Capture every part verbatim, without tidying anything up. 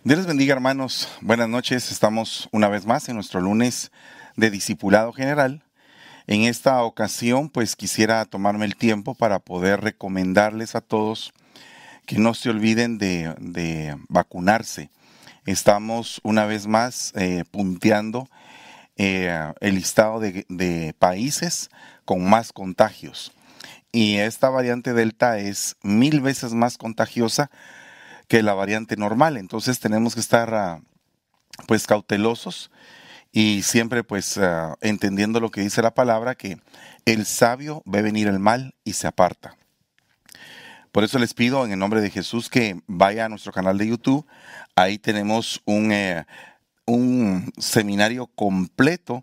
Dios les bendiga, hermanos. Buenas noches. Estamos una vez más en nuestro lunes de Discipulado General. En esta ocasión, pues quisiera tomarme el tiempo para poder recomendarles a todos que no se olviden de, de vacunarse. Estamos una vez más eh, punteando eh, el listado de, de países con más contagios. Y esta variante Delta es mil veces más contagiosa que la variante normal. Entonces tenemos que estar uh, pues cautelosos y siempre pues uh, entendiendo lo que dice la palabra, que el sabio ve venir el mal y se aparta. Por eso les pido en el nombre de Jesús que vaya a nuestro canal de YouTube. Ahí tenemos un, eh, un seminario completo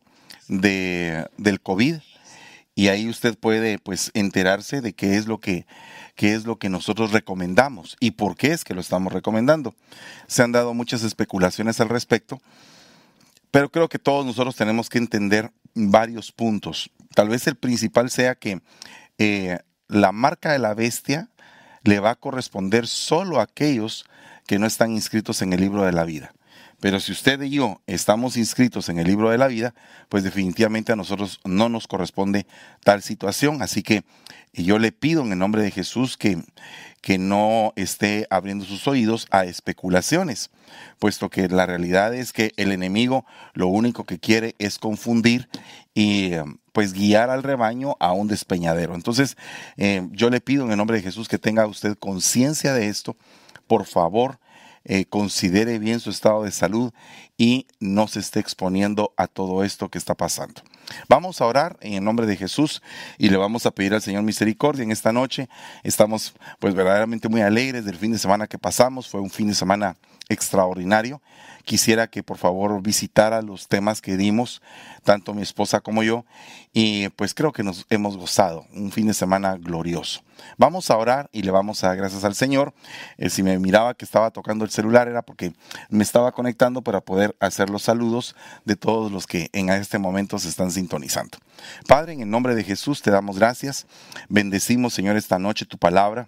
de, del COVID. Y ahí usted puede pues enterarse de qué es lo que, qué es lo que nosotros recomendamos y por qué es que lo estamos recomendando. Se han dado muchas especulaciones al respecto, pero creo que todos nosotros tenemos que entender varios puntos. Tal vez el principal sea que eh, la marca de la bestia le va a corresponder solo a aquellos que no están inscritos en el libro de la vida. Pero si usted y yo estamos inscritos en el libro de la vida, pues definitivamente a nosotros no nos corresponde tal situación. Así que yo le pido en el nombre de Jesús que, que no esté abriendo sus oídos a especulaciones, puesto que la realidad es que el enemigo lo único que quiere es confundir y pues guiar al rebaño a un despeñadero. Entonces eh, yo le pido en el nombre de Jesús que tenga usted conciencia de esto. Por favor, Eh, considere bien su estado de salud y no se esté exponiendo a todo esto que está pasando. Vamos a orar en el nombre de Jesús y le vamos a pedir al Señor misericordia en esta noche. Estamos pues verdaderamente muy alegres del fin de semana que pasamos. Fue un fin de semana extraordinario. Quisiera que por favor visitara los temas que dimos, tanto mi esposa como yo, y pues creo que nos hemos gozado, un fin de semana glorioso. Vamos a orar y le vamos a dar gracias al Señor. Eh, si me miraba que estaba tocando el celular era porque me estaba conectando para poder hacer los saludos de todos los que en este momento se están sintonizando. Padre, en el nombre de Jesús te damos gracias. Bendecimos, Señor, esta noche tu palabra.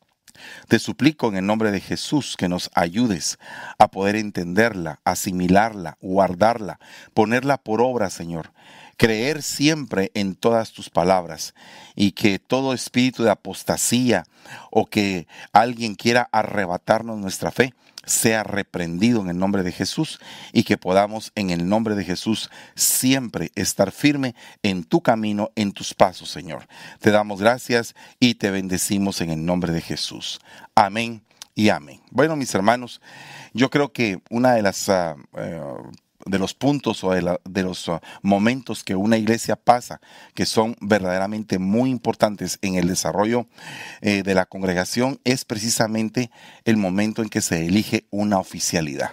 Te suplico en el nombre de Jesús que nos ayudes a poder entenderla, asimilarla, guardarla, ponerla por obra, Señor. Creer siempre en todas tus palabras y que todo espíritu de apostasía o que alguien quiera arrebatarnos nuestra fe sea reprendido en el nombre de Jesús y que podamos en el nombre de Jesús siempre estar firme en tu camino, en tus pasos, Señor. Te damos gracias y te bendecimos en el nombre de Jesús. Amén y amén. Bueno, mis hermanos, yo creo que una de las uh, uh, de los puntos o de, la, de los uh, momentos que una iglesia pasa, que son verdaderamente muy importantes en el desarrollo eh, de la congregación, es precisamente el momento en que se elige una oficialidad.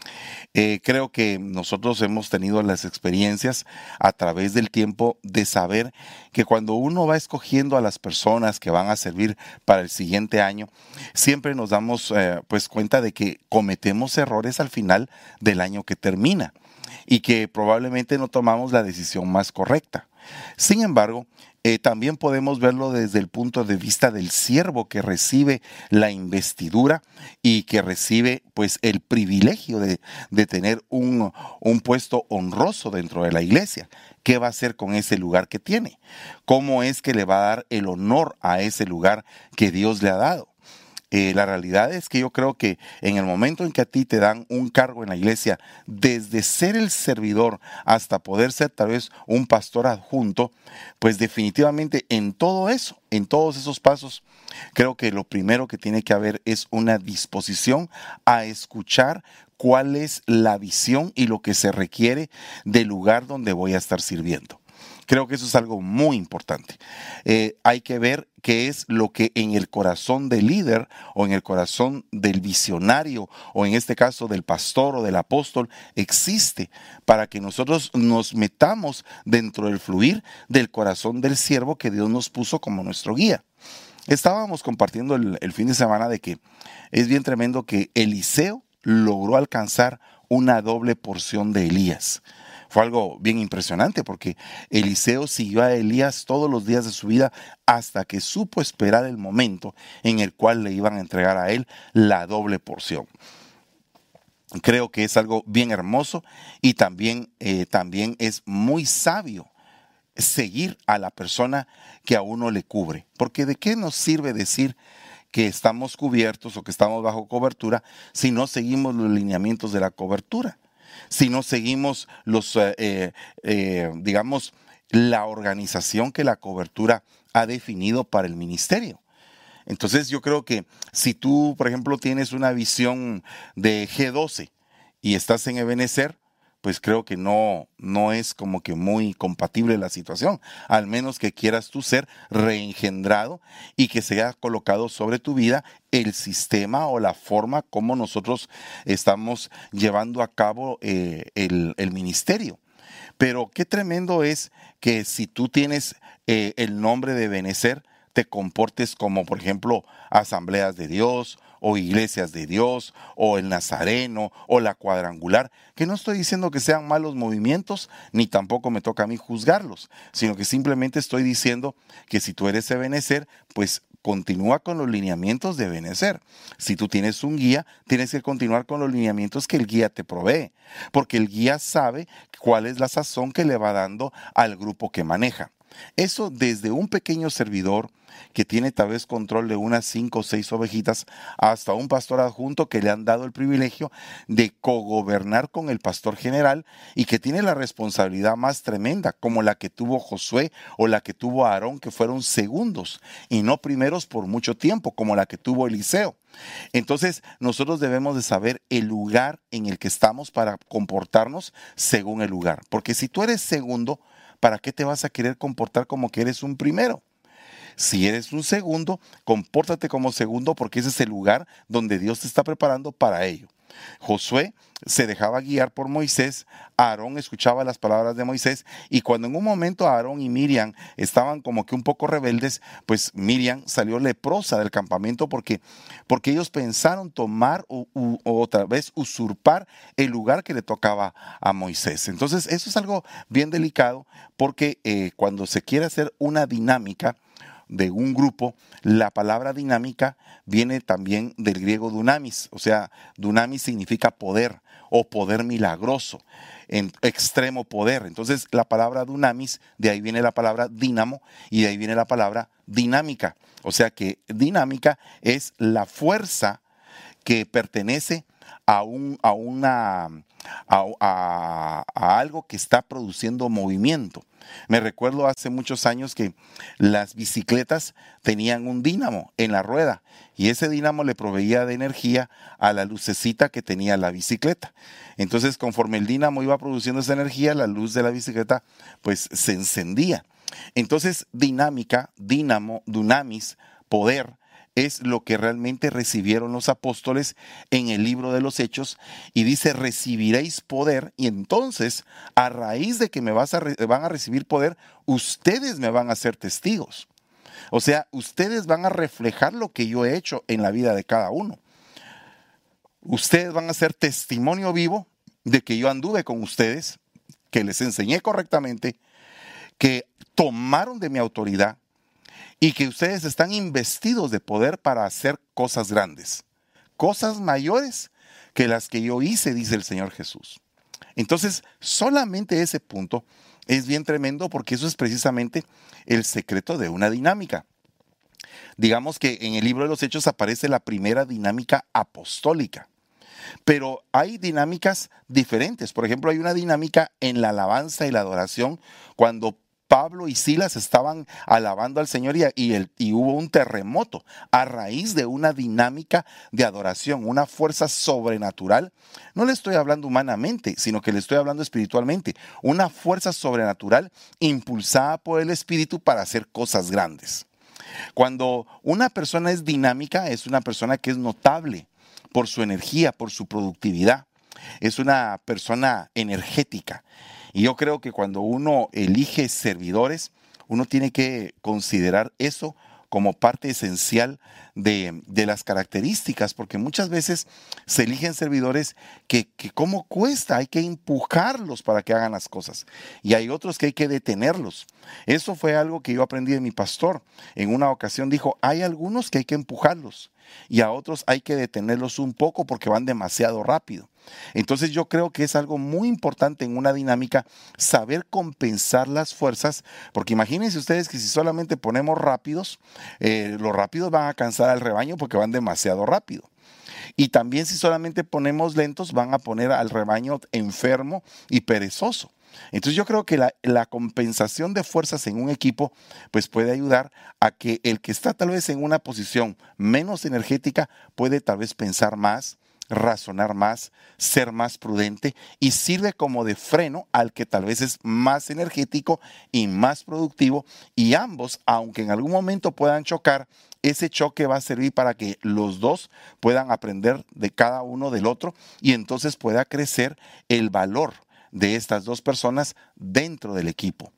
Eh, creo que nosotros hemos tenido las experiencias a través del tiempo de saber que cuando uno va escogiendo a las personas que van a servir para el siguiente año, siempre nos damos eh, pues cuenta de que cometemos errores al final del año que termina y que probablemente no tomamos la decisión más correcta. Sin embargo, Eh, también podemos verlo desde el punto de vista del siervo que recibe la investidura y que recibe pues el privilegio de, de tener un, un puesto honroso dentro de la iglesia. ¿Qué va a hacer con ese lugar que tiene? ¿Cómo es que le va a dar el honor a ese lugar que Dios le ha dado? Eh, la realidad es que yo creo que en el momento en que a ti te dan un cargo en la iglesia, desde ser el servidor hasta poder ser tal vez un pastor adjunto, pues definitivamente en todo eso, en todos esos pasos, creo que lo primero que tiene que haber es una disposición a escuchar cuál es la visión y lo que se requiere del lugar donde voy a estar sirviendo. Creo que eso es algo muy importante. Eh, hay que ver qué es lo que en el corazón del líder o en el corazón del visionario o en este caso del pastor o del apóstol existe para que nosotros nos metamos dentro del fluir del corazón del siervo que Dios nos puso como nuestro guía. Estábamos compartiendo el, el fin de semana de que es bien tremendo que Eliseo logró alcanzar una doble porción de Elías. Fue algo bien impresionante porque Eliseo siguió a Elías todos los días de su vida hasta que supo esperar el momento en el cual le iban a entregar a él la doble porción. creo que es algo bien hermoso y también, eh, también es muy sabio seguir a la persona que a uno le cubre. Porque ¿de qué nos sirve decir que estamos cubiertos o que estamos bajo cobertura si no seguimos los lineamientos de la cobertura? Si no seguimos los, eh, eh, digamos, la organización que la cobertura ha definido para el ministerio. Entonces yo creo que si tú, por ejemplo, tienes una visión de G doce y estás en Ebenecer, pues creo que no, no es como que muy compatible la situación, al menos que quieras tú ser reengendrado y que sea colocado sobre tu vida el sistema o la forma como nosotros estamos llevando a cabo eh, el, el ministerio. Pero qué tremendo es que si tú tienes eh, el nombre de Ebenecer, te comportes como, por ejemplo, Asambleas de Dios o Iglesias de Dios o el Nazareno o la Cuadrangular, que no estoy diciendo que sean malos movimientos, ni tampoco me toca a mí juzgarlos, sino que simplemente estoy diciendo que si tú eres Ebenecer, pues continúa con los lineamientos de Ebenecer. Si tú tienes un guía, tienes que continuar con los lineamientos que el guía te provee, porque el guía sabe cuál es la sazón que le va dando al grupo que maneja. Eso desde un pequeño servidor que tiene tal vez control de unas cinco o seis ovejitas hasta un pastor adjunto que le han dado el privilegio de cogobernar con el pastor general y que tiene la responsabilidad más tremenda, como la que tuvo Josué o la que tuvo Aarón, que fueron segundos y no primeros por mucho tiempo, como la que tuvo Eliseo. Entonces nosotros debemos de saber el lugar en el que estamos para comportarnos según el lugar, porque si tú eres segundo, ¿para qué te vas a querer comportar como que eres un primero? Si eres un segundo, compórtate como segundo porque ese es el lugar donde Dios te está preparando para ello. Josué se dejaba guiar por Moisés, Aarón escuchaba las palabras de Moisés y cuando en un momento Aarón y Miriam estaban como que un poco rebeldes, pues Miriam salió leprosa del campamento porque, porque ellos pensaron tomar o, o, o otra vez usurpar el lugar que le tocaba a Moisés. Entonces eso es algo bien delicado porque eh, cuando se quiere hacer una dinámica de un grupo, la palabra dinámica viene también del griego dunamis, o sea, dunamis significa poder o poder milagroso, en extremo poder. Entonces la palabra dunamis, de ahí viene la palabra dínamo y de ahí viene la palabra dinámica, o sea que dinámica es la fuerza que pertenece a, un, a, una, a, a, a algo que está produciendo movimiento. Me recuerdo hace muchos años que las bicicletas tenían un dínamo en la rueda y ese dínamo le proveía de energía a la lucecita que tenía la bicicleta. Entonces, conforme el dínamo iba produciendo esa energía, la luz de la bicicleta pues se encendía. Entonces, dinámica, dínamo, dunamis, poder, es lo que realmente recibieron los apóstoles en el libro de los Hechos y dice recibiréis poder y entonces a raíz de que me vas a re- van a recibir poder, ustedes me van a ser testigos. O sea, ustedes van a reflejar lo que yo he hecho en la vida de cada uno. Ustedes van a ser testimonio vivo de que yo anduve con ustedes, que les enseñé correctamente, que tomaron de mi autoridad, y que ustedes están investidos de poder para hacer cosas grandes, cosas mayores que las que yo hice, dice el Señor Jesús. Entonces, solamente ese punto es bien tremendo porque eso es precisamente el secreto de una dinámica. Digamos que en el libro de los Hechos aparece la primera dinámica apostólica, pero hay dinámicas diferentes. Por ejemplo, hay una dinámica en la alabanza y la adoración cuando Pablo y Silas estaban alabando al Señor y, y, el, y hubo un terremoto a raíz de una dinámica de adoración, una fuerza sobrenatural. No le estoy hablando humanamente, sino que le estoy hablando espiritualmente. Una fuerza sobrenatural impulsada por el Espíritu para hacer cosas grandes. Cuando una persona es dinámica, es una persona que es notable por su energía, por su productividad. Es una persona energética. Y yo creo que cuando uno elige servidores, uno tiene que considerar eso como parte esencial de, de las características, porque muchas veces se eligen servidores que, que cómo cuesta, hay que empujarlos para que hagan las cosas. Y hay otros que hay que detenerlos. Eso fue algo que yo aprendí de mi pastor. En una ocasión dijo, hay algunos que hay que empujarlos y a otros hay que detenerlos un poco porque van demasiado rápido. Entonces yo creo que es algo muy importante en una dinámica saber compensar las fuerzas, porque imagínense ustedes que si solamente ponemos rápidos, eh, los rápidos van a cansar al rebaño porque van demasiado rápido. Y también si solamente ponemos lentos, van a poner al rebaño enfermo y perezoso. Entonces yo creo que la, la compensación de fuerzas en un equipo pues puede ayudar a que el que está tal vez en una posición menos energética puede tal vez pensar más, razonar más, ser más prudente y sirve como de freno al que tal vez es más energético y más productivo, y ambos, aunque en algún momento puedan chocar, ese choque va a servir para que los dos puedan aprender de cada uno del otro y entonces pueda crecer el valor de estas dos personas dentro del equipo.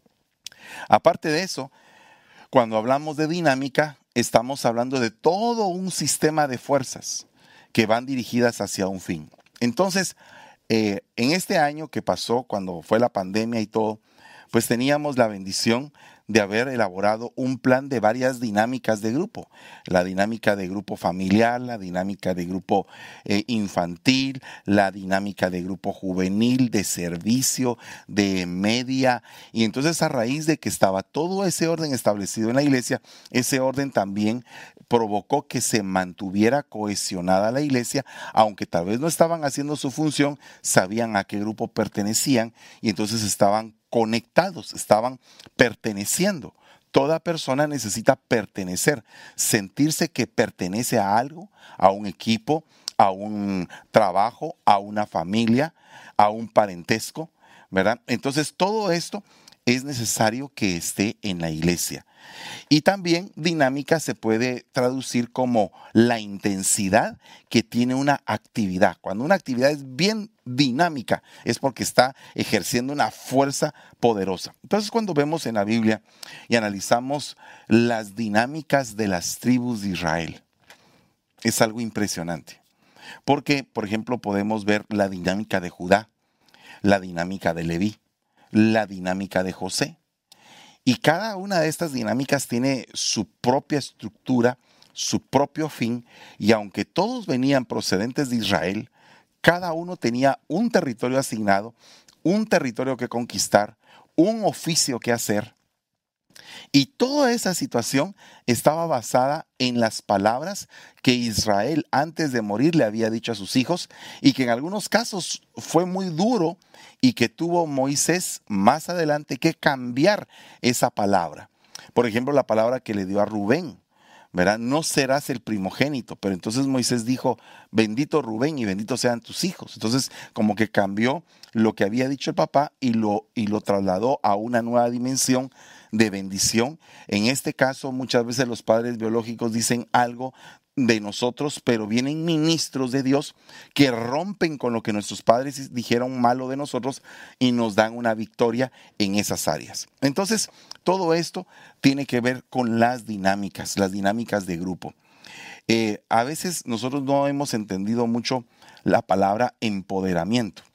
Aparte de eso, cuando hablamos de dinámica, estamos hablando de todo un sistema de fuerzas que van dirigidas hacia un fin. Entonces, eh, en este año que pasó, cuando fue la pandemia y todo, pues teníamos la bendición de haber elaborado un plan de varias dinámicas de grupo. La dinámica de grupo familiar, la dinámica de grupo eh, infantil, la dinámica de grupo juvenil, de servicio, de media. Y entonces a raíz de que estaba todo ese orden establecido en la iglesia, ese orden también provocó que se mantuviera cohesionada la iglesia, aunque tal vez no estaban haciendo su función, sabían a qué grupo pertenecían y entonces estaban conectados, estaban perteneciendo. Toda persona necesita pertenecer, sentirse que pertenece a algo, a un equipo, a un trabajo, a una familia, a un parentesco, ¿verdad? Entonces todo esto es necesario que esté en la iglesia. Y también dinámica se puede traducir como la intensidad que tiene una actividad. Cuando una actividad es bien dinámica es porque está ejerciendo una fuerza poderosa. Entonces cuando vemos en la Biblia y analizamos las dinámicas de las tribus de Israel, es algo impresionante. Porque, por ejemplo, podemos ver la dinámica de Judá, la dinámica de Leví, la dinámica de José. Y cada una de estas dinámicas tiene su propia estructura, su propio fin, y aunque todos venían procedentes de Israel, cada uno tenía un territorio asignado, un territorio que conquistar, un oficio que hacer. Y toda esa situación estaba basada en las palabras que Israel antes de morir le había dicho a sus hijos y que en algunos casos fue muy duro y que tuvo Moisés más adelante que cambiar esa palabra. Por ejemplo, la palabra que le dio a Rubén, ¿verdad? No serás el primogénito, pero entonces Moisés dijo, bendito Rubén y benditos sean tus hijos. Entonces como que cambió lo que había dicho el papá y lo, y lo trasladó a una nueva dimensión de bendición. En este caso, muchas veces los padres biológicos dicen algo de nosotros, pero vienen ministros de Dios que rompen con lo que nuestros padres dijeron malo de nosotros y nos dan una victoria en esas áreas. Entonces, todo esto tiene que ver con las dinámicas, las dinámicas de grupo. Eh, a veces nosotros no hemos entendido mucho la palabra empoderamiento.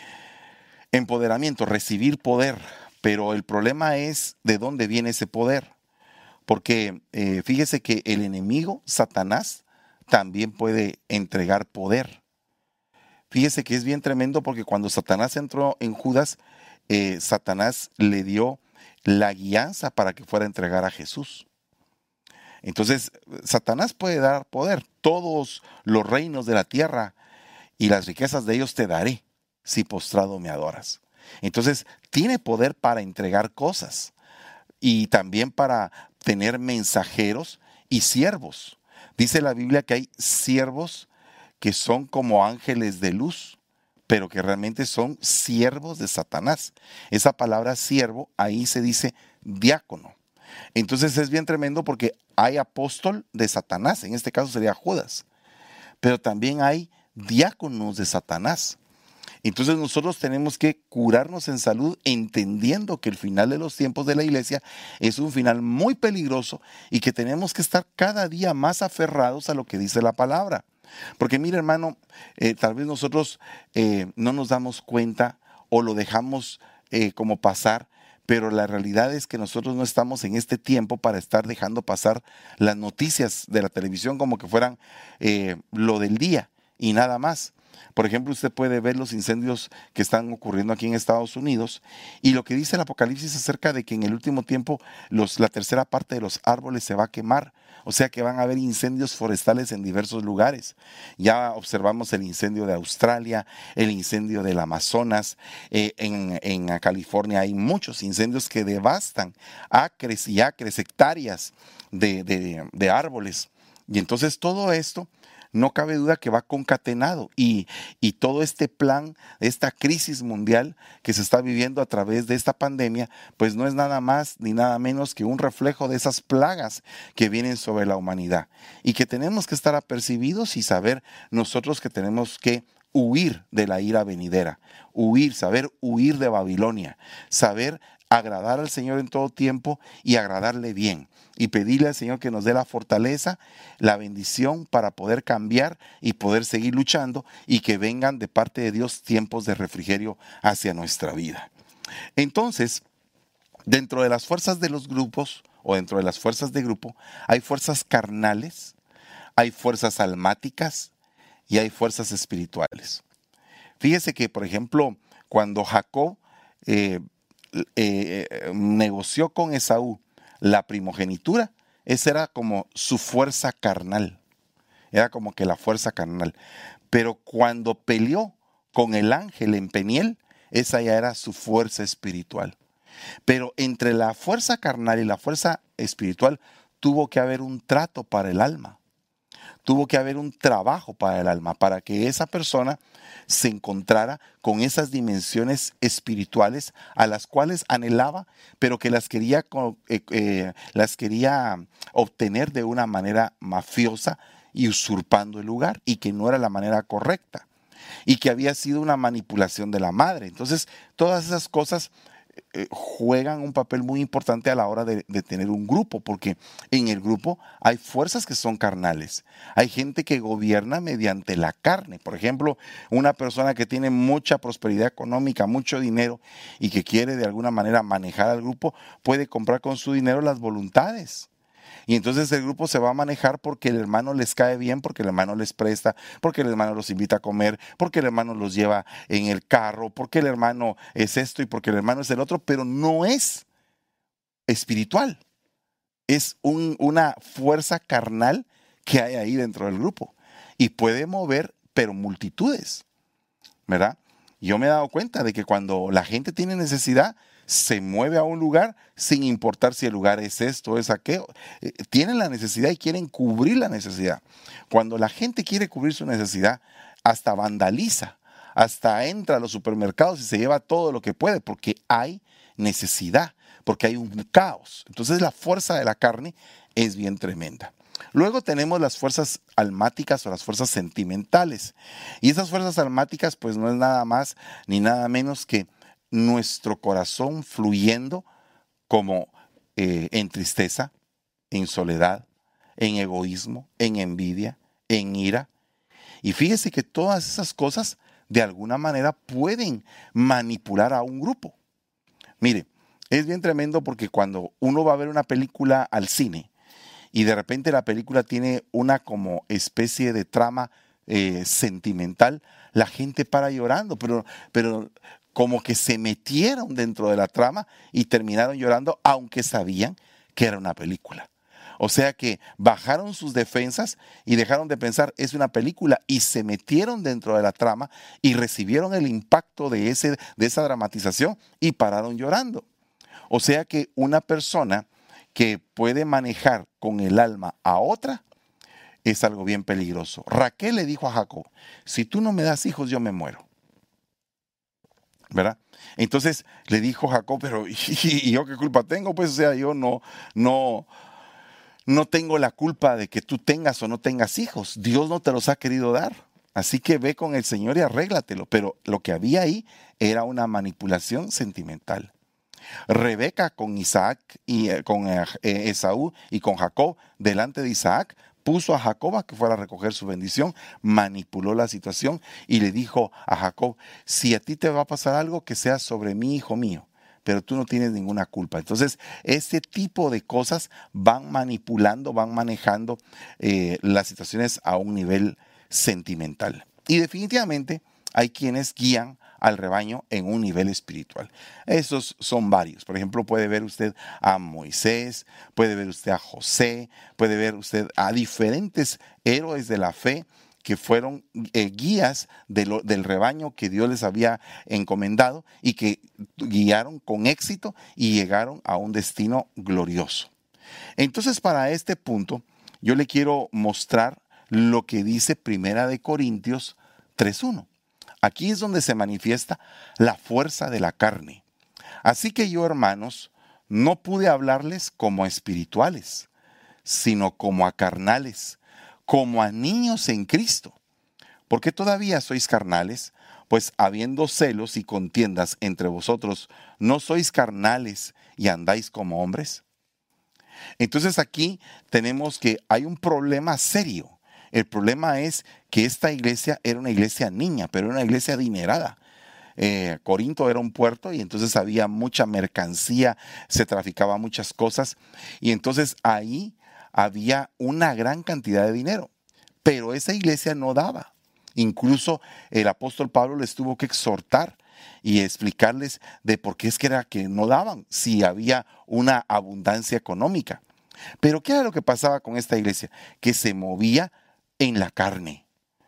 Empoderamiento, recibir poder, pero el problema es de dónde viene ese poder. Porque eh, fíjese que el enemigo, Satanás, también puede entregar poder. Fíjese que es bien tremendo porque cuando Satanás entró en Judas, eh, Satanás le dio la guianza para que fuera a entregar a Jesús. Entonces, Satanás puede dar poder. Todos los reinos de la tierra y las riquezas de ellos te daré si postrado me adoras. Entonces, tiene poder para entregar cosas y también para tener mensajeros y siervos. Dice la Biblia que hay siervos que son como ángeles de luz, pero que realmente son siervos de Satanás. Esa palabra siervo, ahí se dice diácono. Entonces es bien tremendo porque hay apóstol de Satanás, en este caso sería Judas, pero también hay diáconos de Satanás. Entonces nosotros tenemos que curarnos en salud entendiendo que el final de los tiempos de la iglesia es un final muy peligroso y que tenemos que estar cada día más aferrados a lo que dice la palabra. Porque mire hermano, eh, tal vez nosotros eh, no nos damos cuenta o lo dejamos eh, como pasar, pero la realidad es que nosotros no estamos en este tiempo para estar dejando pasar las noticias de la televisión como que fueran eh, lo del día y nada más. Por ejemplo, usted puede ver los incendios que están ocurriendo aquí en Estados Unidos y lo que dice el Apocalipsis acerca de que en el último tiempo los, la tercera parte de los árboles se va a quemar. O sea que van a haber incendios forestales en diversos lugares. Ya observamos el incendio de Australia, el incendio del Amazonas. Eh, en, en California hay muchos incendios que devastan acres y acres, hectáreas de, de, de árboles. Y entonces todo esto no cabe duda que va concatenado y, y todo este plan, esta crisis mundial que se está viviendo a través de esta pandemia, pues no es nada más ni nada menos que un reflejo de esas plagas que vienen sobre la humanidad y que tenemos que estar apercibidos y saber nosotros que tenemos que huir de la ira venidera, huir, saber huir de Babilonia, saber agradar al Señor en todo tiempo y agradarle bien. Y pedirle al Señor que nos dé la fortaleza, la bendición para poder cambiar y poder seguir luchando y que vengan de parte de Dios tiempos de refrigerio hacia nuestra vida. Entonces, dentro de las fuerzas de los grupos o dentro de las fuerzas de grupo, hay fuerzas carnales, hay fuerzas almáticas y hay fuerzas espirituales. Fíjese que, por ejemplo, cuando Jacob eh, eh, negoció con Esaú la primogenitura, esa era como su fuerza carnal, era como que la fuerza carnal. Pero cuando peleó con el ángel en Peniel, esa ya era su fuerza espiritual. Pero entre la fuerza carnal y la fuerza espiritual tuvo que haber un trato para el alma. Tuvo que haber un trabajo para el alma, para que esa persona se encontrara con esas dimensiones espirituales a las cuales anhelaba, pero que las quería, eh, eh, las quería obtener de una manera mafiosa y usurpando el lugar, y que no era la manera correcta, y que había sido una manipulación de la madre. Entonces, todas esas cosas Eh, juegan un papel muy importante a la hora de, de tener un grupo, porque en el grupo hay fuerzas que son carnales. Hay gente que gobierna mediante la carne. Por ejemplo, una persona que tiene mucha prosperidad económica, mucho dinero y que quiere de alguna manera manejar al grupo, puede comprar con su dinero las voluntades. Y entonces el grupo se va a manejar porque el hermano les cae bien, porque el hermano les presta, porque el hermano los invita a comer, porque el hermano los lleva en el carro, porque el hermano es esto y porque el hermano es el otro, pero no es espiritual. Es un, una fuerza carnal que hay ahí dentro del grupo y puede mover, pero multitudes, ¿verdad? Yo me he dado cuenta de que cuando la gente tiene necesidad, se mueve a un lugar sin importar si el lugar es esto o es aquello. Eh, tienen la necesidad y quieren cubrir la necesidad. Cuando la gente quiere cubrir su necesidad, hasta vandaliza, hasta entra a los supermercados y se lleva todo lo que puede porque hay necesidad, porque hay un caos. Entonces la fuerza de la carne es bien tremenda. Luego tenemos las fuerzas almáticas o las fuerzas sentimentales. Y esas fuerzas almáticas pues no es nada más ni nada menos que nuestro corazón fluyendo como eh, en tristeza, en soledad, en egoísmo, en envidia, en ira. Y fíjese que todas esas cosas de alguna manera pueden manipular a un grupo. Mire, es bien tremendo porque cuando uno va a ver una película al cine y de repente la película tiene una como especie de trama eh, sentimental, la gente para llorando, pero, pero como que se metieron dentro de la trama y terminaron llorando, aunque sabían que era una película. O sea que bajaron sus defensas y dejaron de pensar, es una película, y se metieron dentro de la trama y recibieron el impacto de, ese, de esa dramatización y pararon llorando. O sea que una persona que puede manejar con el alma a otra es algo bien peligroso. Raquel le dijo a Jacob, si tú no me das hijos, yo me muero. ¿Verdad? Entonces le dijo Jacob, pero ¿y, y yo qué culpa tengo? Pues o sea, yo no, no, no tengo la culpa de que tú tengas o no tengas hijos. Dios no te los ha querido dar. Así que ve con el Señor y arréglatelo. Pero lo que había ahí era una manipulación sentimental. Rebeca con Isaac y eh, con eh, Esaú y con Jacob delante de Isaac, puso a Jacob a que fuera a recoger su bendición, manipuló la situación y le dijo a Jacob, si a ti te va a pasar algo, que sea sobre mí, hijo mío, pero tú no tienes ninguna culpa. Entonces, este tipo de cosas van manipulando, van manejando eh, las situaciones a un nivel sentimental. Y definitivamente hay quienes guían al rebaño en un nivel espiritual. Esos son varios. Por ejemplo, puede ver usted a Moisés, puede ver usted a José, puede ver usted a diferentes héroes de la fe que fueron eh, guías de lo, del rebaño que Dios les había encomendado y que guiaron con éxito y llegaron a un destino glorioso. Entonces, para este punto, yo le quiero mostrar lo que dice Primera de Corintios tres uno. Aquí es donde se manifiesta la fuerza de la carne. Así que yo, hermanos, no pude hablarles como a espirituales, sino como a carnales, como a niños en Cristo. ¿Por qué todavía sois carnales? Pues habiendo celos y contiendas entre vosotros, ¿no sois carnales y andáis como hombres? Entonces aquí tenemos que hay un problema serio. El problema es que esta iglesia era una iglesia niña, pero era una iglesia adinerada. Eh, Corinto era un puerto y entonces había mucha mercancía, se traficaba muchas cosas y entonces ahí había una gran cantidad de dinero, pero esa iglesia no daba. Incluso el apóstol Pablo les tuvo que exhortar y explicarles de por qué es que era que no daban, si había una abundancia económica. Pero ¿qué era lo que pasaba con esta iglesia? Que se movía en la carne,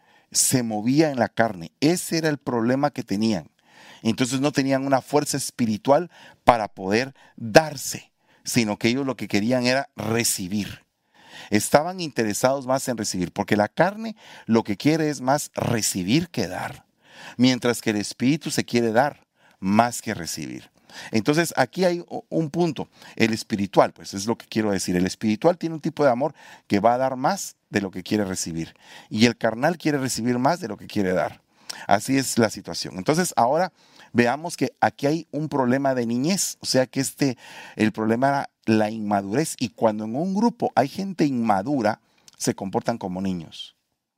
se movía en la carne. Ese era el problema que tenían. Entonces no tenían una fuerza espiritual para poder darse, sino que ellos lo que querían era recibir. Estaban interesados más en recibir, porque la carne lo que quiere es más recibir que dar, mientras que el espíritu se quiere dar más que recibir. Entonces aquí hay un punto, el espiritual, pues es lo que quiero decir, el espiritual tiene un tipo de amor que va a dar más de lo que quiere recibir y el carnal quiere recibir más de lo que quiere dar. Así es la situación. Entonces ahora veamos que aquí hay un problema de niñez, o sea que este, el problema era la inmadurez y cuando en un grupo hay gente inmadura, se comportan como niños.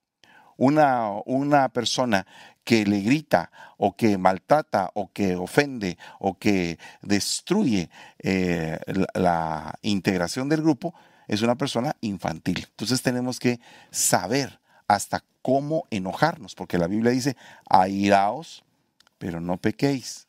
Una, una persona que le grita o que maltrata o que ofende o que destruye eh, la, la integración del grupo es una persona infantil. Entonces tenemos que saber hasta cómo enojarnos, porque la Biblia dice, airaos, pero no pequéis.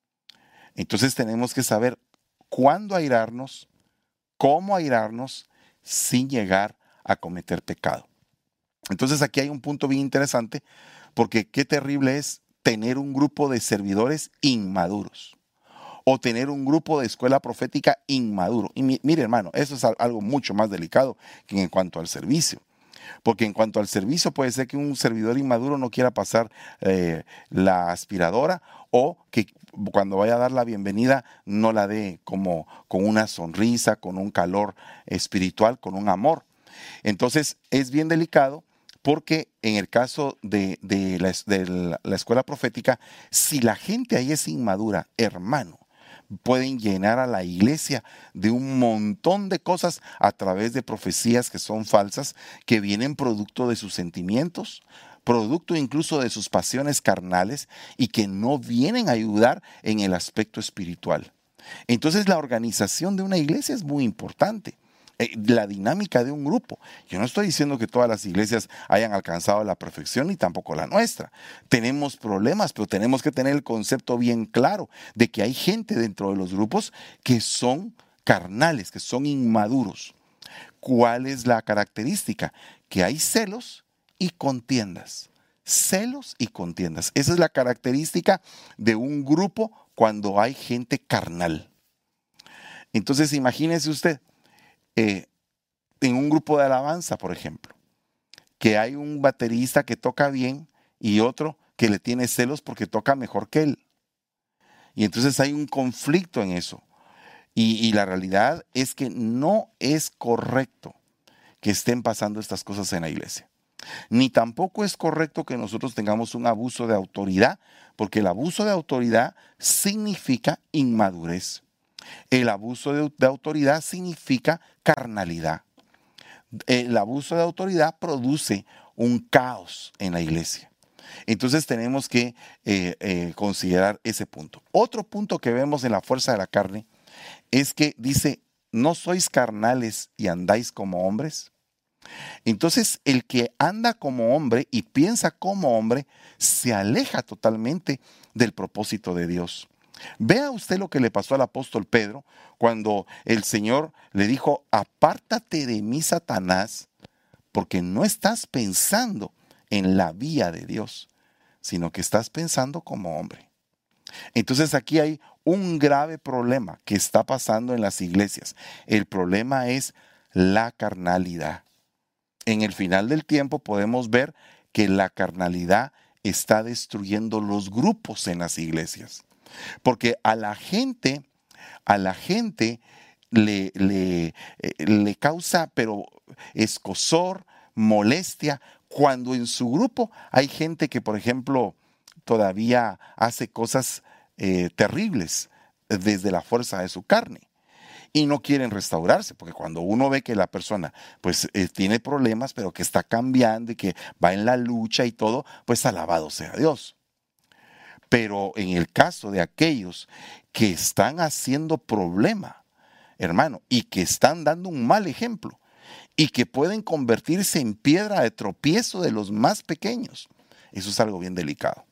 Entonces tenemos que saber cuándo airarnos, cómo airarnos sin llegar a cometer pecado. Entonces aquí hay un punto bien interesante, porque qué terrible es tener un grupo de servidores inmaduros o tener un grupo de escuela profética inmaduro. Y mi, mire hermano, eso es algo mucho más delicado que en cuanto al servicio. Porque en cuanto al servicio puede ser que un servidor inmaduro no quiera pasar eh, la aspiradora o que cuando vaya a dar la bienvenida no la dé como con una sonrisa, con un calor espiritual, con un amor. Entonces es bien delicado porque en el caso de, de, la, de la escuela profética, si la gente ahí es inmadura, hermano, pueden llenar a la iglesia de un montón de cosas a través de profecías que son falsas, que vienen producto de sus sentimientos, producto incluso de sus pasiones carnales y que no vienen a ayudar en el aspecto espiritual. Entonces la organización de una iglesia es muy importante. La dinámica de un grupo. Yo no estoy diciendo que todas las iglesias hayan alcanzado la perfección ni tampoco la nuestra. Tenemos problemas, pero tenemos que tener el concepto bien claro de que hay gente dentro de los grupos que son carnales, que son inmaduros. ¿Cuál es la característica? Que hay celos y contiendas. Celos y contiendas. Esa es la característica de un grupo cuando hay gente carnal. Entonces imagínese usted, Eh, en un grupo de alabanza, por ejemplo, que hay un baterista que toca bien y otro que le tiene celos porque toca mejor que él. Y entonces hay un conflicto en eso. Y, y la realidad es que no es correcto que estén pasando estas cosas en la iglesia. Ni tampoco es correcto que nosotros tengamos un abuso de autoridad, porque el abuso de autoridad significa inmadurez. El abuso de, de autoridad significa carnalidad. El abuso de autoridad produce un caos en la iglesia. Entonces tenemos que eh, eh, considerar ese punto. Otro punto que vemos en la fuerza de la carne es que dice, ¿no sois carnales y andáis como hombres? Entonces el que anda como hombre y piensa como hombre se aleja totalmente del propósito de Dios. Vea usted lo que le pasó al apóstol Pedro cuando el Señor le dijo, apártate de mí, Satanás, porque no estás pensando en la vía de Dios, sino que estás pensando como hombre. Entonces aquí hay un grave problema que está pasando en las iglesias. El problema es la carnalidad. En el final del tiempo podemos ver que la carnalidad está destruyendo los grupos en las iglesias. Porque a la gente, a la gente le, le, eh, le causa, pero escozor, molestia, cuando en su grupo hay gente que, por ejemplo, todavía hace cosas eh, terribles desde la fuerza de su carne. Y no quieren restaurarse, porque cuando uno ve que la persona pues eh, tiene problemas, pero que está cambiando y que va en la lucha y todo, pues alabado sea Dios. Pero en el caso de aquellos que están haciendo problema, hermano, y que están dando un mal ejemplo, y que pueden convertirse en piedra de tropiezo de los más pequeños, eso es algo bien delicado.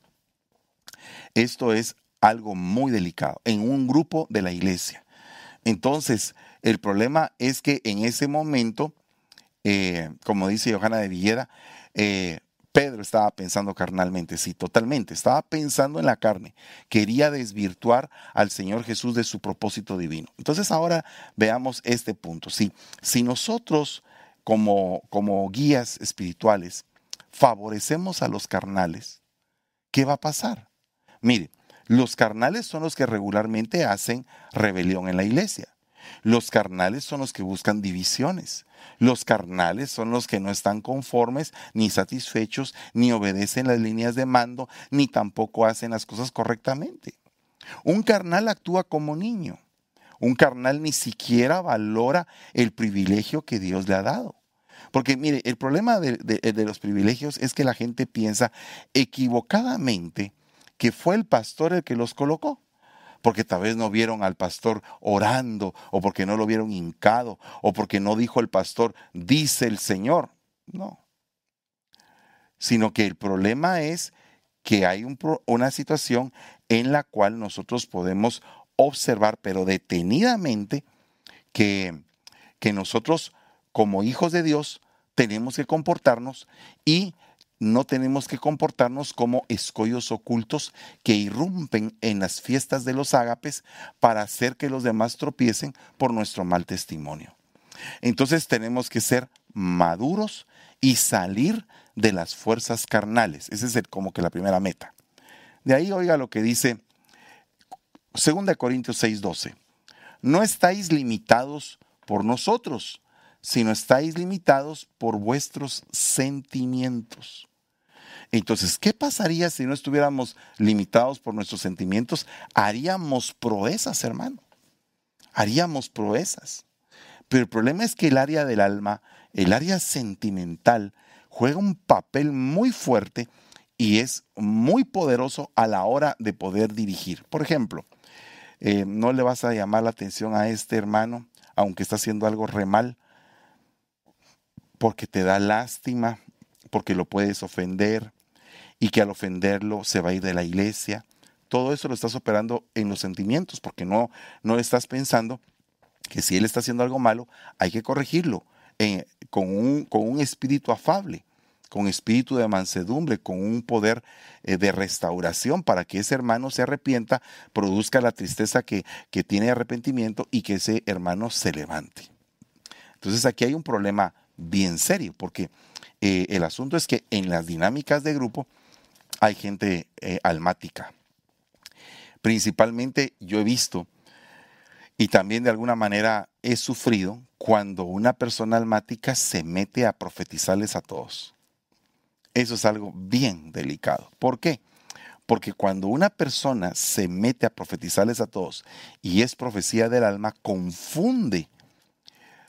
Esto es algo muy delicado en un grupo de la iglesia. Entonces, el problema es que en ese momento, eh, como dice Johanna de Villeda, eh, Pedro estaba pensando carnalmente, sí, totalmente, estaba pensando en la carne, quería desvirtuar al Señor Jesús de su propósito divino. Entonces ahora veamos este punto, sí, si nosotros como, como guías espirituales favorecemos a los carnales, ¿qué va a pasar? Mire, los carnales son los que regularmente hacen rebelión en la iglesia. Los carnales son los que buscan divisiones. Los carnales son los que no están conformes, ni satisfechos, ni obedecen las líneas de mando, ni tampoco hacen las cosas correctamente. Un carnal actúa como niño. Un carnal ni siquiera valora el privilegio que Dios le ha dado. Porque mire, el problema de, de, de los privilegios es que la gente piensa equivocadamente que fue el pastor el que los colocó, porque tal vez no vieron al pastor orando, o porque no lo vieron hincado, o porque no dijo el pastor, dice el Señor. No, sino que el problema es que hay un, una situación en la cual nosotros podemos observar, pero detenidamente, que, que nosotros como hijos de Dios tenemos que comportarnos y no tenemos que comportarnos como escollos ocultos que irrumpen en las fiestas de los ágapes para hacer que los demás tropiecen por nuestro mal testimonio. Entonces tenemos que ser maduros y salir de las fuerzas carnales. Esa es el, como que la primera meta. De ahí oiga lo que dice segunda Corintios seis doce. No estáis limitados por nosotros, sino estáis limitados por vuestros sentimientos. Entonces, ¿qué pasaría si no estuviéramos limitados por nuestros sentimientos? Haríamos proezas, hermano. Haríamos proezas. Pero el problema es que el área del alma, el área sentimental, juega un papel muy fuerte y es muy poderoso a la hora de poder dirigir. Por ejemplo, eh, no le vas a llamar la atención a este hermano, aunque está haciendo algo re mal, porque te da lástima, porque lo puedes ofender, y que al ofenderlo se va a ir de la iglesia. Todo eso lo estás operando en los sentimientos, porque no, no estás pensando que si él está haciendo algo malo, hay que corregirlo eh, con, un, con un espíritu afable, con espíritu de mansedumbre, con un poder eh, de restauración para que ese hermano se arrepienta, produzca la tristeza que, que tiene arrepentimiento y que ese hermano se levante. Entonces aquí hay un problema bien serio, porque eh, el asunto es que en las dinámicas de grupo hay gente eh, almática. Principalmente yo he visto y también de alguna manera he sufrido cuando una persona almática se mete a profetizarles a todos. Eso es algo bien delicado. ¿Por qué? Porque cuando una persona se mete a profetizarles a todos y es profecía del alma, confunde,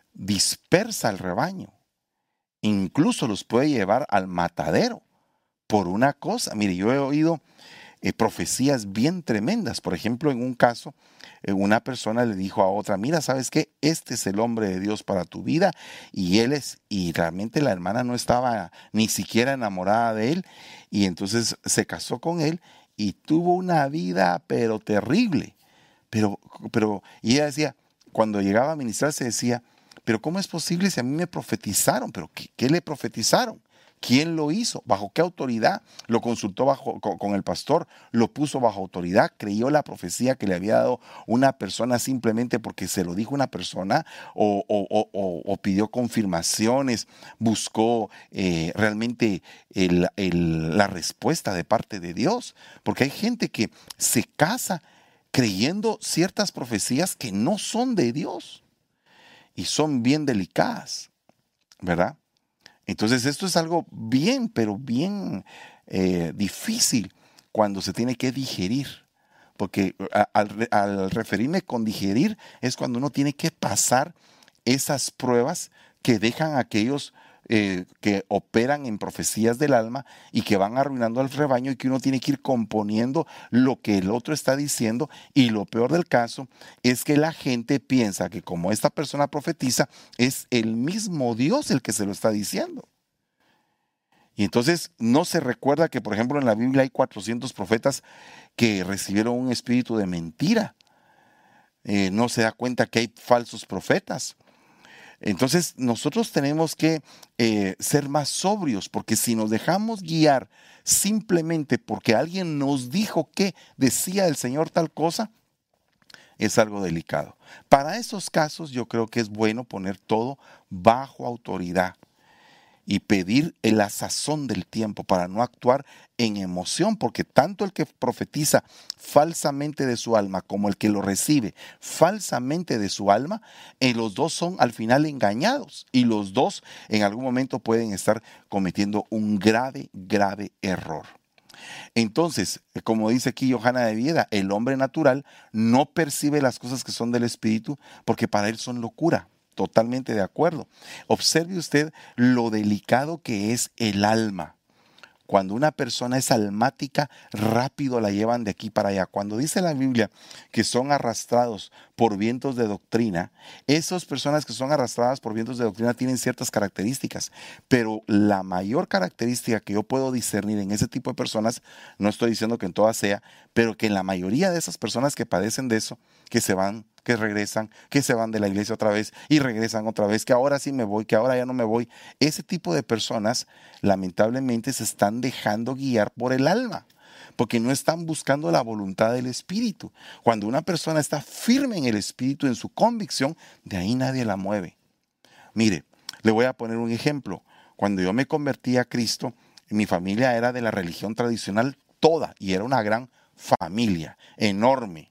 dispersa al rebaño, incluso los puede llevar al matadero, por una cosa. Mire, yo he oído eh, profecías bien tremendas. Por ejemplo, en un caso, eh, una persona le dijo a otra, mira, ¿sabes qué? Este es el hombre de Dios para tu vida, y él es, y realmente la hermana no estaba ni siquiera enamorada de él, y entonces se casó con él y tuvo una vida pero terrible. Pero, pero, y ella decía, cuando llegaba a ministrar se decía, pero ¿cómo es posible si a mí me profetizaron? ¿Pero qué, qué le profetizaron? ¿Quién lo hizo? ¿Bajo qué autoridad? Lo consultó bajo, con, con el pastor, lo puso bajo autoridad, creyó la profecía que le había dado una persona simplemente porque se lo dijo una persona, o, o, o, o, o pidió confirmaciones, buscó eh, realmente el, el, la respuesta de parte de Dios. Porque hay gente que se casa creyendo ciertas profecías que no son de Dios y son bien delicadas, ¿verdad? Entonces esto es algo bien, pero bien eh, difícil cuando se tiene que digerir. Porque a, al, al referirme con digerir es cuando uno tiene que pasar esas pruebas que dejan a aquellos eh, que operan en profecías del alma y que van arruinando al rebaño, y que uno tiene que ir componiendo lo que el otro está diciendo. Y lo peor del caso es que la gente piensa que como esta persona profetiza, es el mismo Dios el que se lo está diciendo. Y entonces no se recuerda que, por ejemplo, en la Biblia hay cuatrocientos profetas que recibieron un espíritu de mentira. Eh, no se da cuenta que hay falsos profetas. Entonces nosotros tenemos que eh, ser más sobrios, porque si nos dejamos guiar simplemente porque alguien nos dijo que decía el Señor tal cosa, es algo delicado. Para esos casos yo creo que es bueno poner todo bajo autoridad y pedir la sazón del tiempo para no actuar en emoción, porque tanto el que profetiza falsamente de su alma como el que lo recibe falsamente de su alma, eh, los dos son al final engañados, y los dos en algún momento pueden estar cometiendo un grave, grave error. Entonces, como dice aquí Johanna de Vieda, el hombre natural no percibe las cosas que son del Espíritu porque para él son locura. Totalmente de acuerdo. Observe usted lo delicado que es el alma. Cuando una persona es almática, rápido la llevan de aquí para allá. Cuando dice la Biblia que son arrastrados por vientos de doctrina, esas personas que son arrastradas por vientos de doctrina tienen ciertas características, pero la mayor característica que yo puedo discernir en ese tipo de personas, no estoy diciendo que en todas sea, pero que en la mayoría de esas personas que padecen de eso, que se van, que regresan, que se van de la iglesia otra vez y regresan otra vez, que ahora sí me voy, que ahora ya no me voy. Ese tipo de personas lamentablemente se están dejando guiar por el alma, porque no están buscando la voluntad del Espíritu. Cuando una persona está firme en el Espíritu, en su convicción, de ahí nadie la mueve. Mire, le voy a poner un ejemplo. Cuando yo me convertí a Cristo, mi familia era de la religión tradicional toda, y era una gran familia, enorme.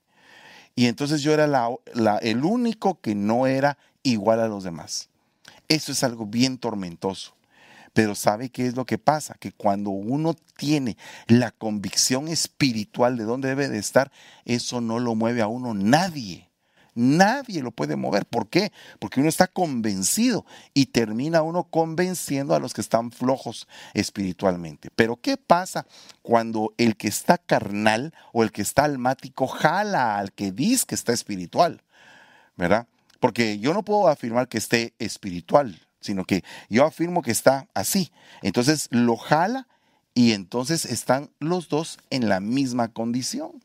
Y entonces yo era la, la, el único que no era igual a los demás. Eso es algo bien tormentoso. Pero ¿sabe qué es lo que pasa? Que cuando uno tiene la convicción espiritual de dónde debe de estar, eso no lo mueve a uno nadie. Nadie lo puede mover. ¿Por qué? Porque uno está convencido y termina uno convenciendo a los que están flojos espiritualmente. Pero ¿qué pasa cuando el que está carnal o el que está almático jala al que dice que está espiritual? ¿Verdad? Porque yo no puedo afirmar que esté espiritual, sino que yo afirmo que está así. Entonces lo jala y entonces están los dos en la misma condición.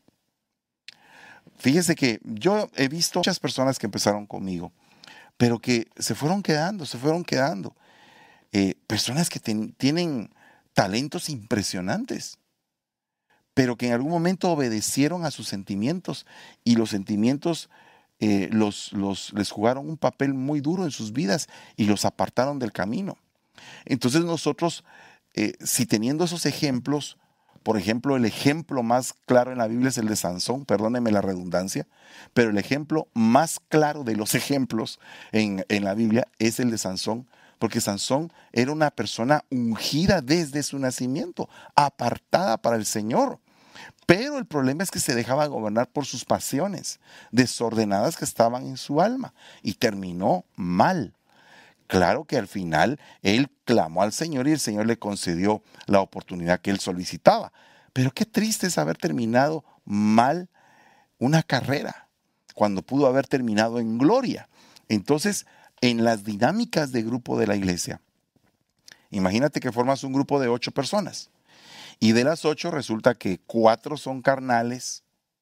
Fíjese que yo he visto muchas personas que empezaron conmigo, pero que se fueron quedando, se fueron quedando. Eh, personas que ten, tienen talentos impresionantes, pero que en algún momento obedecieron a sus sentimientos, y los sentimientos eh, los, los, les jugaron un papel muy duro en sus vidas y los apartaron del camino. Entonces nosotros, eh, si teniendo esos ejemplos, por ejemplo, el ejemplo más claro en la Biblia es el de Sansón, perdónenme la redundancia, pero el ejemplo más claro de los ejemplos en, en la Biblia es el de Sansón, porque Sansón era una persona ungida desde su nacimiento, apartada para el Señor. Pero el problema es que se dejaba gobernar por sus pasiones desordenadas que estaban en su alma, y terminó mal. Claro que al final él clamó al Señor y el Señor le concedió la oportunidad que él solicitaba. Pero qué triste es haber terminado mal una carrera cuando pudo haber terminado en gloria. Entonces, en las dinámicas de grupo de la iglesia, imagínate que formas un grupo de ocho personas y de las ocho resulta que cuatro son carnales,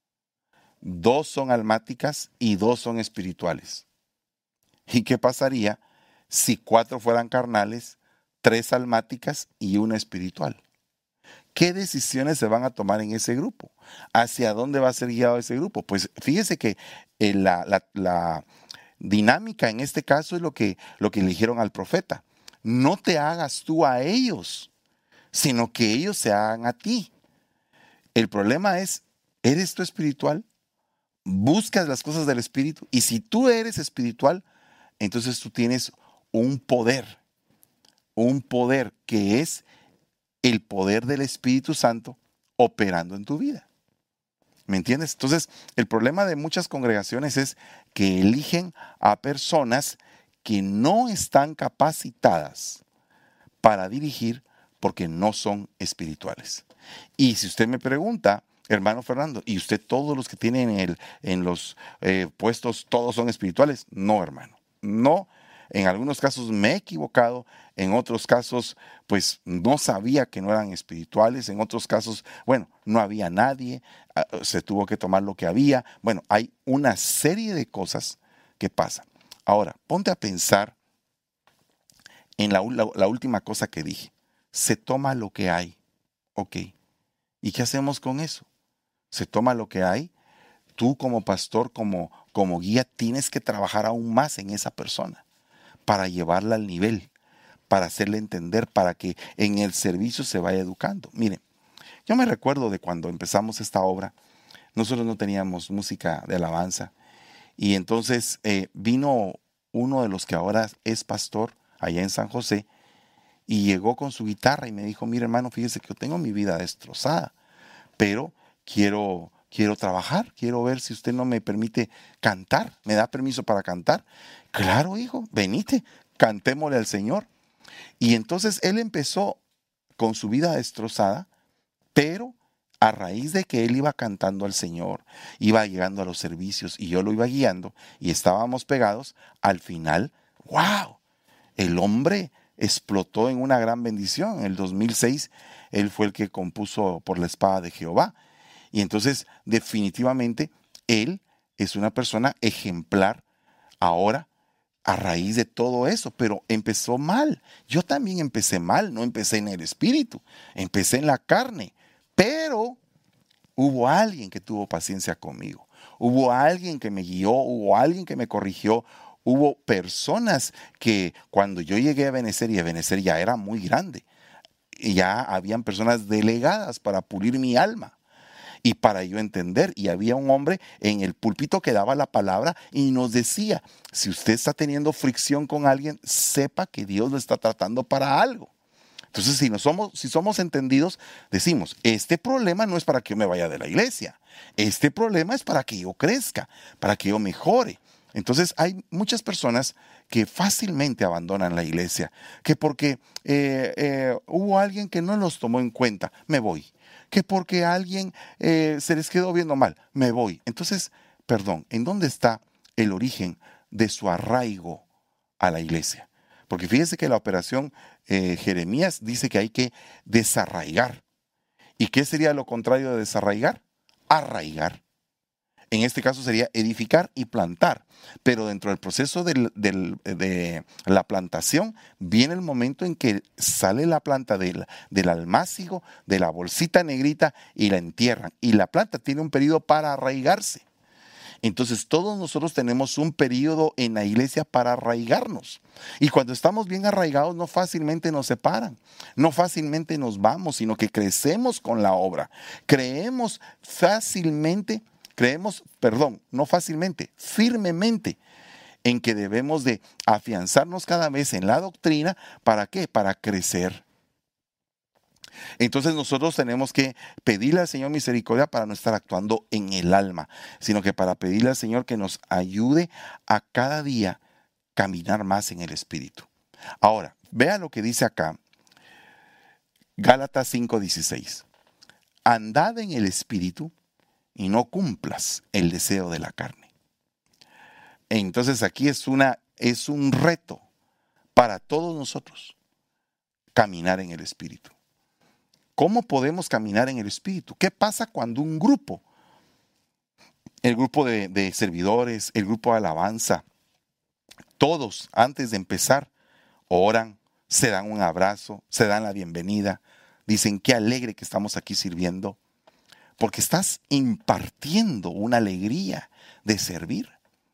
dos son almáticas y dos son espirituales. ¿Y qué pasaría si cuatro fueran carnales, tres almáticas y una espiritual? ¿Qué decisiones se van a tomar en ese grupo? ¿Hacia dónde va a ser guiado ese grupo? Pues fíjese que eh, la, la, la dinámica en este caso es lo que, lo que le dijeron al profeta. No te hagas tú a ellos, sino que ellos se hagan a ti. El problema es, ¿eres tú espiritual? ¿Buscas las cosas del espíritu? Y si tú eres espiritual, entonces tú tienes un poder, un poder que es el poder del Espíritu Santo operando en tu vida. ¿Me entiendes? Entonces, el problema de muchas congregaciones es que eligen a personas que no están capacitadas para dirigir porque no son espirituales. Y si usted me pregunta, hermano Fernando, ¿y usted todos los que tienen en, el, en los eh, puestos, todos son espirituales? No, hermano, no. En algunos casos me he equivocado, en otros casos pues no sabía que no eran espirituales, en otros casos, bueno, no había nadie, se tuvo que tomar lo que había. Bueno, hay una serie de cosas que pasan. Ahora, ponte a pensar en la, la, la última cosa que dije. Se toma lo que hay, ok. ¿Y qué hacemos con eso? Se toma lo que hay. Tú como pastor, como, como guía, tienes que trabajar aún más en esa persona para llevarla al nivel, para hacerle entender, para que en el servicio se vaya educando. Miren, yo me recuerdo de cuando empezamos esta obra, nosotros no teníamos música de alabanza y entonces eh, vino uno de los que ahora es pastor allá en San José y llegó con su guitarra y me dijo, mire hermano, fíjese que yo tengo mi vida destrozada, pero quiero... Quiero trabajar, quiero ver si usted no me permite cantar, me da permiso para cantar. Claro, hijo, venite, cantémosle al Señor. Y entonces él empezó con su vida destrozada, pero a raíz de que él iba cantando al Señor, iba llegando a los servicios y yo lo iba guiando y estábamos pegados, al final, ¡wow! El hombre explotó en una gran bendición. En el dos mil seis, él fue el que compuso Por la espada de Jehová. Y entonces, definitivamente, él es una persona ejemplar ahora a raíz de todo eso, pero empezó mal. Yo también empecé mal, no empecé en el espíritu, empecé en la carne, pero hubo alguien que tuvo paciencia conmigo, hubo alguien que me guió, hubo alguien que me corrigió, hubo personas que cuando yo llegué a Benecer, y a Benecer ya era muy grande, y ya habían personas delegadas para pulir mi alma. Y para yo entender, y había un hombre en el púlpito que daba la palabra y nos decía, si usted está teniendo fricción con alguien, sepa que Dios lo está tratando para algo. Entonces, si, no somos, si somos entendidos, decimos, este problema no es para que yo me vaya de la iglesia, este problema es para que yo crezca, para que yo mejore. Entonces, hay muchas personas que fácilmente abandonan la iglesia, que porque eh, eh, hubo alguien que no los tomó en cuenta, me voy. Que porque a alguien eh, se les quedó viendo mal, me voy. Entonces, perdón, ¿en dónde está el origen de su arraigo a la iglesia? Porque fíjese que la operación eh, Jeremías dice que hay que desarraigar. ¿Y qué sería lo contrario de desarraigar? Arraigar. En este caso sería edificar y plantar. Pero dentro del proceso del, del, de la plantación viene el momento en que sale la planta del, del almácigo, de la bolsita negrita y la entierran. Y la planta tiene un periodo para arraigarse. Entonces todos nosotros tenemos un periodo en la iglesia para arraigarnos. Y cuando estamos bien arraigados no fácilmente nos separan, no fácilmente nos vamos, sino que crecemos con la obra. Creemos fácilmente Creemos, perdón, no fácilmente, firmemente en que debemos de afianzarnos cada vez en la doctrina. ¿Para qué? Para crecer. Entonces nosotros tenemos que pedirle al Señor misericordia para no estar actuando en el alma, sino que para pedirle al Señor que nos ayude a cada día caminar más en el Espíritu. Ahora, vea lo que dice acá, Gálatas cinco dieciséis. Andad en el Espíritu y no cumplas el deseo de la carne. Entonces aquí es, una, es un reto para todos nosotros caminar en el Espíritu. ¿Cómo podemos caminar en el Espíritu? ¿Qué pasa cuando un grupo, el grupo de, de servidores, el grupo de alabanza, todos antes de empezar oran, se dan un abrazo, se dan la bienvenida, dicen qué alegre que estamos aquí sirviendo, porque estás impartiendo una alegría de servir.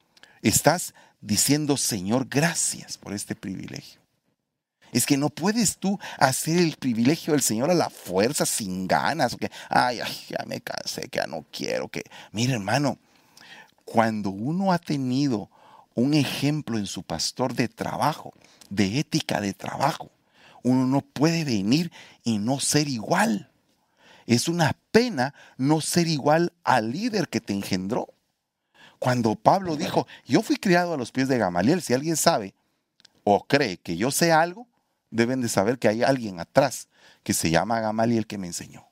Estás diciendo, Señor, gracias por este privilegio. Es que no puedes tú hacer el privilegio del Señor a la fuerza, sin ganas, que ay, ay, ya me cansé, que ya no quiero, que mire, hermano, cuando uno ha tenido un ejemplo en su pastor de trabajo, de ética de trabajo, uno no puede venir y no ser igual. Es una pena no ser igual al líder que te engendró. Cuando Pablo dijo, yo fui criado a los pies de Gamaliel, si alguien sabe o cree que yo sé algo, deben de saber que hay alguien atrás que se llama Gamaliel que me enseñó.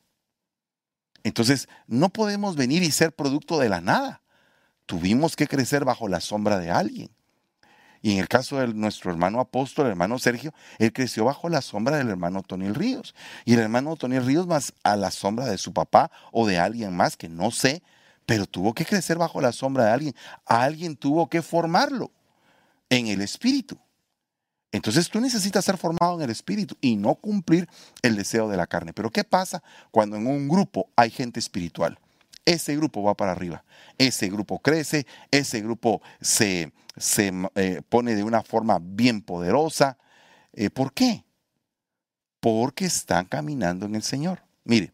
Entonces, no podemos venir y ser producto de la nada. Tuvimos que crecer bajo la sombra de alguien. Y en el caso de nuestro hermano apóstol, el hermano Sergio, él creció bajo la sombra del hermano Toniel Ríos. Y el hermano Toniel Ríos más a la sombra de su papá o de alguien más que no sé, pero tuvo que crecer bajo la sombra de alguien. Alguien tuvo que formarlo en el espíritu. Entonces tú necesitas ser formado en el espíritu y no cumplir el deseo de la carne. Pero ¿qué pasa cuando en un grupo hay gente espiritual? Ese grupo va para arriba, ese grupo crece, ese grupo se, se eh, pone de una forma bien poderosa. Eh, ¿Por qué? Porque están caminando en el Señor. Mire,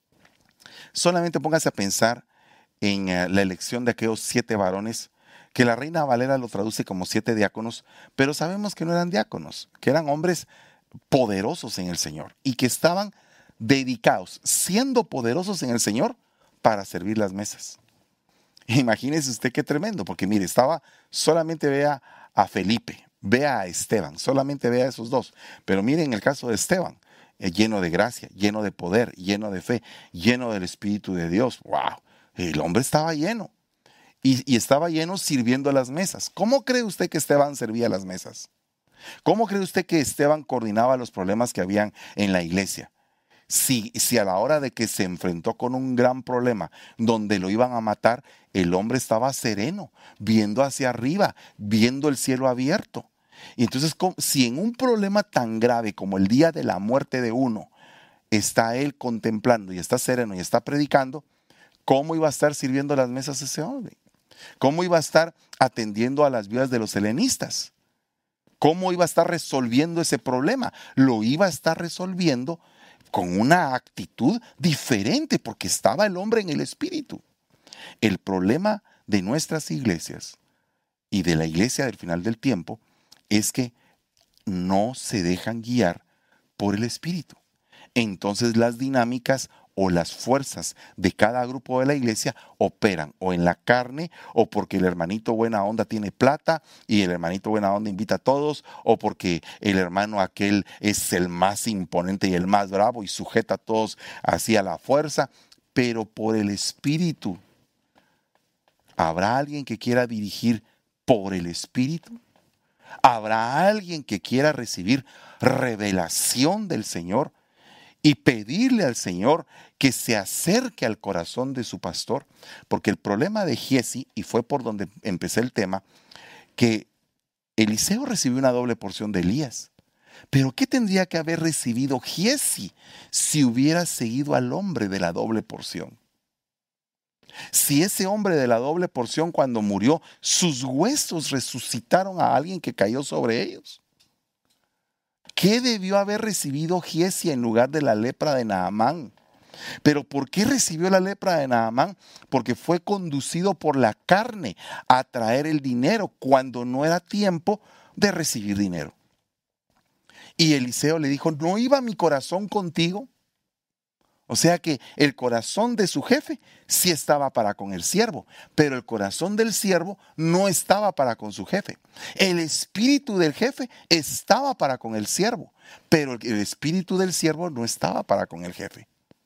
solamente póngase a pensar en uh, la elección de aquellos siete varones, que la Reina Valera lo traduce como siete diáconos, pero sabemos que no eran diáconos, que eran hombres poderosos en el Señor y que estaban dedicados, siendo poderosos en el Señor, para servir las mesas. Imagínese usted qué tremendo, porque mire, estaba, solamente vea a Felipe, vea a Esteban, solamente vea a esos dos, pero mire en el caso de Esteban, eh, lleno de gracia, lleno de poder, lleno de fe, lleno del Espíritu de Dios. ¡Wow! El hombre estaba lleno y, y estaba lleno sirviendo las mesas. ¿Cómo cree usted que Esteban servía las mesas? ¿Cómo cree usted que Esteban coordinaba los problemas que habían en la iglesia? Si, si a la hora de que se enfrentó con un gran problema donde lo iban a matar, el hombre estaba sereno, viendo hacia arriba, viendo el cielo abierto. Y entonces, si en un problema tan grave como el día de la muerte de uno, está él contemplando y está sereno y está predicando, ¿cómo iba a estar sirviendo las mesas ese hombre? ¿Cómo iba a estar atendiendo a las viudas de los helenistas? ¿Cómo iba a estar resolviendo ese problema? Lo iba a estar resolviendo con una actitud diferente, porque estaba el hombre en el espíritu. El problema de nuestras iglesias y de la iglesia del final del tiempo es que no se dejan guiar por el espíritu. Entonces las dinámicas o las fuerzas de cada grupo de la iglesia operan o en la carne, o porque el hermanito buena onda tiene plata y el hermanito buena onda invita a todos, o porque el hermano aquel es el más imponente y el más bravo y sujeta a todos así a la fuerza, pero por el espíritu. ¿Habrá alguien que quiera dirigir por el espíritu? ¿Habrá alguien que quiera recibir revelación del Señor y pedirle al Señor que se acerque al corazón de su pastor? Porque el problema de Giezi, y fue por donde empecé el tema, que Eliseo recibió una doble porción de Elías. Pero ¿qué tendría que haber recibido Giezi si hubiera seguido al hombre de la doble porción? Si ese hombre de la doble porción, cuando murió, sus huesos resucitaron a alguien que cayó sobre ellos. ¿Qué debió haber recibido Giezi en lugar de la lepra de Naamán? ¿Pero por qué recibió la lepra de Naamán? Porque fue conducido por la carne a traer el dinero cuando no era tiempo de recibir dinero. Y Eliseo le dijo, ¿no iba mi corazón contigo? O sea que el corazón de su jefe sí estaba para con el siervo, pero el corazón del siervo no estaba para con su jefe. El espíritu del jefe estaba para con el siervo, pero el espíritu del siervo no estaba para con el jefe.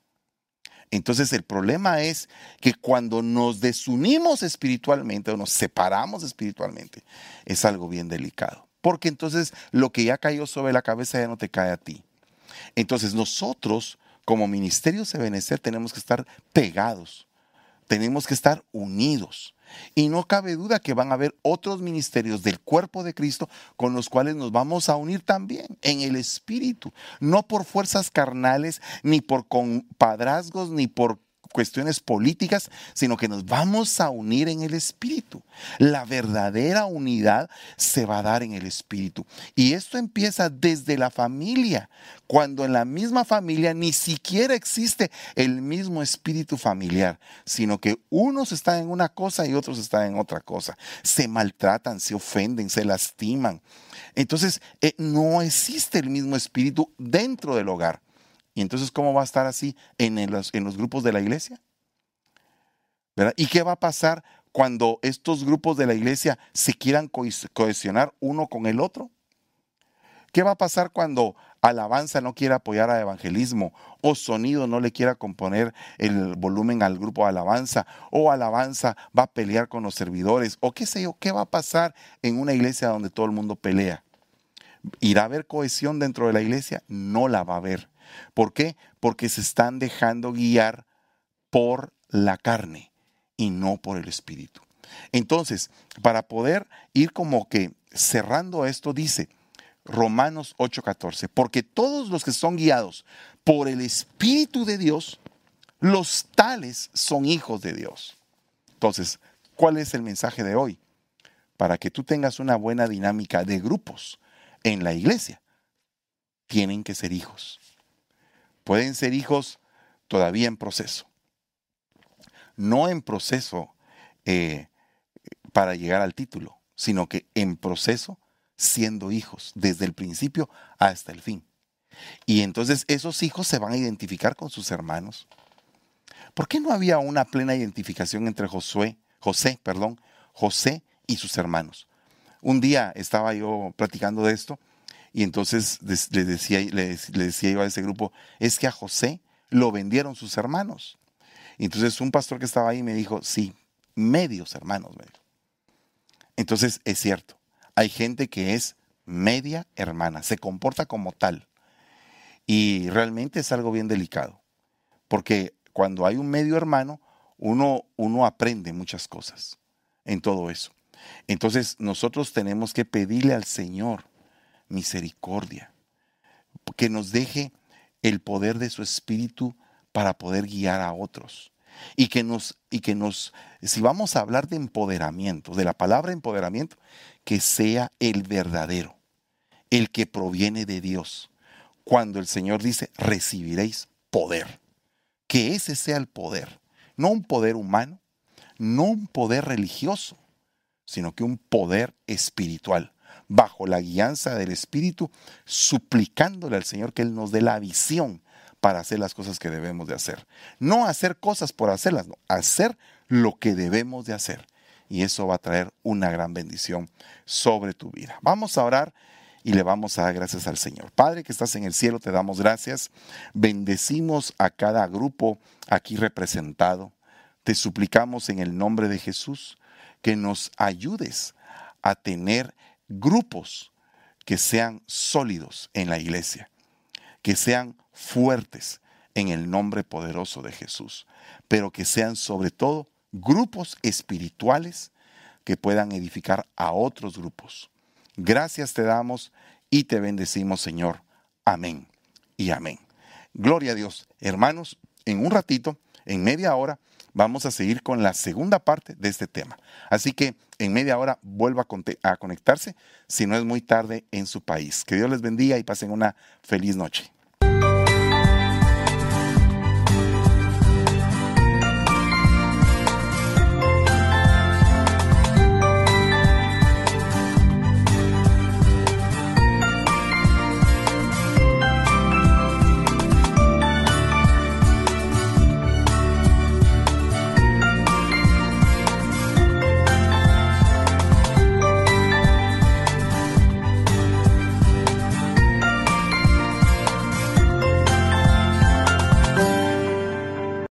Entonces el problema es que cuando nos desunimos espiritualmente o nos separamos espiritualmente, es algo bien delicado. Porque entonces lo que ya cayó sobre la cabeza ya no te cae a ti. Entonces nosotros, como ministerios de Ebenecer, tenemos que estar pegados, tenemos que estar unidos. Y no cabe duda que van a haber otros ministerios del cuerpo de Cristo con los cuales nos vamos a unir también en el espíritu, no por fuerzas carnales, ni por compadrazgos, ni por cuestiones políticas, sino que nos vamos a unir en el espíritu. La verdadera unidad se va a dar en el espíritu. Y esto empieza desde la familia, cuando en la misma familia ni siquiera existe el mismo espíritu familiar, sino que unos están en una cosa y otros están en otra cosa. Se maltratan, se ofenden, se lastiman. Entonces, eh, no existe el mismo espíritu dentro del hogar. Y entonces, ¿cómo va a estar así en los, en los grupos de la iglesia? ¿Verdad? ¿Y qué va a pasar cuando estos grupos de la iglesia se quieran cohesionar uno con el otro? ¿Qué va a pasar cuando alabanza no quiera apoyar a evangelismo, o sonido no le quiera componer el volumen al grupo de alabanza, o alabanza va a pelear con los servidores, o qué sé yo? ¿Qué va a pasar en una iglesia donde todo el mundo pelea? ¿Irá a haber cohesión dentro de la iglesia? No la va a haber. ¿Por qué? Porque se están dejando guiar por la carne y no por el espíritu. Entonces, para poder ir como que cerrando esto, dice Romanos ocho catorce, porque todos los que son guiados por el Espíritu de Dios, los tales son hijos de Dios. Entonces, ¿cuál es el mensaje de hoy? Para que tú tengas una buena dinámica de grupos en la iglesia, tienen que ser hijos. Pueden ser hijos todavía en proceso. No en proceso eh, para llegar al título, sino que en proceso siendo hijos, desde el principio hasta el fin. Y entonces esos hijos se van a identificar con sus hermanos. ¿Por qué no había una plena identificación entre Josué, José, perdón, José y sus hermanos? Un día estaba yo platicando de esto y entonces le decía, le decía yo a ese grupo, es que a José lo vendieron sus hermanos. Y entonces un pastor que estaba ahí me dijo, sí, medios hermanos. Me dijo. Entonces es cierto, hay gente que es media hermana, se comporta como tal. Y realmente es algo bien delicado, porque cuando hay un medio hermano, uno, uno aprende muchas cosas en todo eso. Entonces nosotros tenemos que pedirle al Señor misericordia, que nos deje el poder de su espíritu para poder guiar a otros. Y que nos, y que nos, si vamos a hablar de empoderamiento, de la palabra empoderamiento, que sea el verdadero, el que proviene de Dios. Cuando el Señor dice, recibiréis poder. Que ese sea el poder, no un poder humano, no un poder religioso, sino que un poder espiritual, bajo la guianza del Espíritu, suplicándole al Señor que Él nos dé la visión para hacer las cosas que debemos de hacer. No hacer cosas por hacerlas, no, hacer lo que debemos de hacer. Y eso va a traer una gran bendición sobre tu vida. Vamos a orar y le vamos a dar gracias al Señor. Padre que estás en el cielo, te damos gracias. Bendecimos a cada grupo aquí representado. Te suplicamos en el nombre de Jesús que nos ayudes a tener grupos que sean sólidos en la iglesia, que sean fuertes en el nombre poderoso de Jesús, pero que sean sobre todo grupos espirituales que puedan edificar a otros grupos. Gracias te damos y te bendecimos, Señor. Amén y amén. Gloria a Dios. Hermanos, en un ratito, en media hora, vamos a seguir con la segunda parte de este tema. Así que en media hora vuelva a conectarse, si no es muy tarde en su país. Que Dios les bendiga y pasen una feliz noche.